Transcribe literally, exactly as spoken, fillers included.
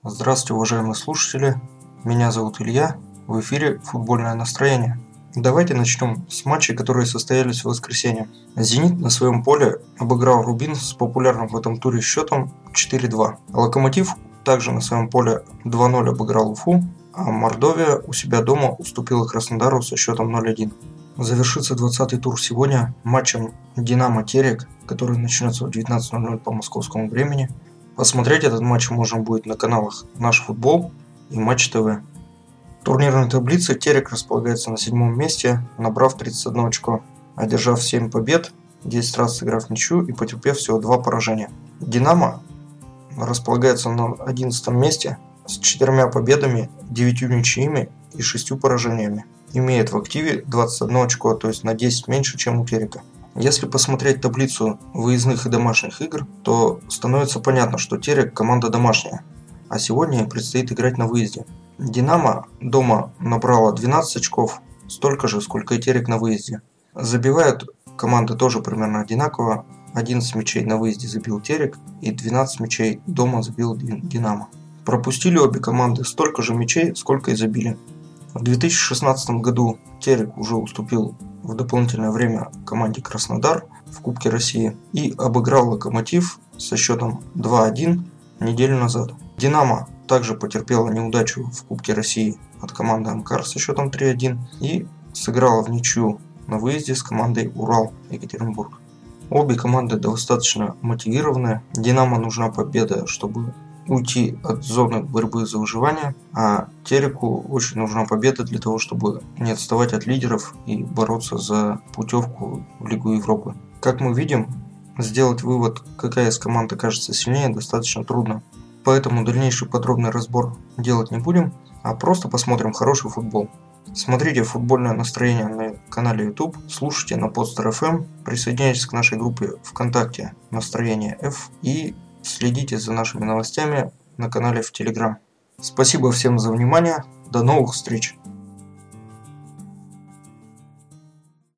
Здравствуйте, уважаемые слушатели, меня зовут Илья, в эфире «Футбольное настроение». Давайте начнем с матчей, которые состоялись в воскресенье. «Зенит» на своем поле обыграл «Рубин» с популярным в этом туре счетом четыре два. «Локомотив» также на своем поле два ноль обыграл «Уфу», а «Мордовия» у себя дома уступила «Краснодару» со счетом ноль один. Завершится двадцатый тур сегодня матчем «Динамо-Терек», который начнется в девятнадцать ноль ноль по московскому времени. Посмотреть этот матч можно будет на каналах «Наш футбол» и Матч ТВ. В турнирной таблице Терек располагается на седьмом месте, набрав тридцать одно очко, одержав семь побед, десять раз сыграв в ничью и потерпев всего два поражения. «Динамо» располагается на одиннадцатом месте с четырьмя победами, девятью ничьими и шестью поражениями. Имеет в активе двадцать одно очко, то есть на десять меньше, чем у Терека. Если посмотреть таблицу выездных и домашних игр, то становится понятно, что Терек команда домашняя, а сегодня им предстоит играть на выезде. «Динамо» дома набрала двенадцать очков, столько же, сколько и Терек на выезде. Забивают команды тоже примерно одинаково, одиннадцать мячей на выезде забил Терек и двенадцать мячей дома забил «Динамо». Пропустили обе команды столько же мячей, сколько и забили. В две тысячи шестнадцатом году Терек уже уступил в дополнительное время команде «Краснодар» в Кубке России и обыграл «Локомотив» со счетом два один неделю назад. «Динамо» также потерпела неудачу в Кубке России от команды «Амкар» со счетом три один и сыграла в ничью на выезде с командой «Урал» Екатеринбург. Обе команды достаточно мотивированы. «Динамо» нужна победа, чтобы уйти от зоны борьбы за выживание, а Тереку очень нужна победа для того, чтобы не отставать от лидеров и бороться за путевку в Лигу Европы. Как мы видим, сделать вывод, какая из команд окажется сильнее, достаточно трудно. Поэтому дальнейший подробный разбор делать не будем, а просто посмотрим хороший футбол. Смотрите «Футбольное настроение» на канале YouTube, слушайте на Podster эф эм, присоединяйтесь к нашей группе ВКонтакте «Настроение F» и следите за нашими новостями на канале в Telegram. Спасибо всем за внимание. До новых встреч!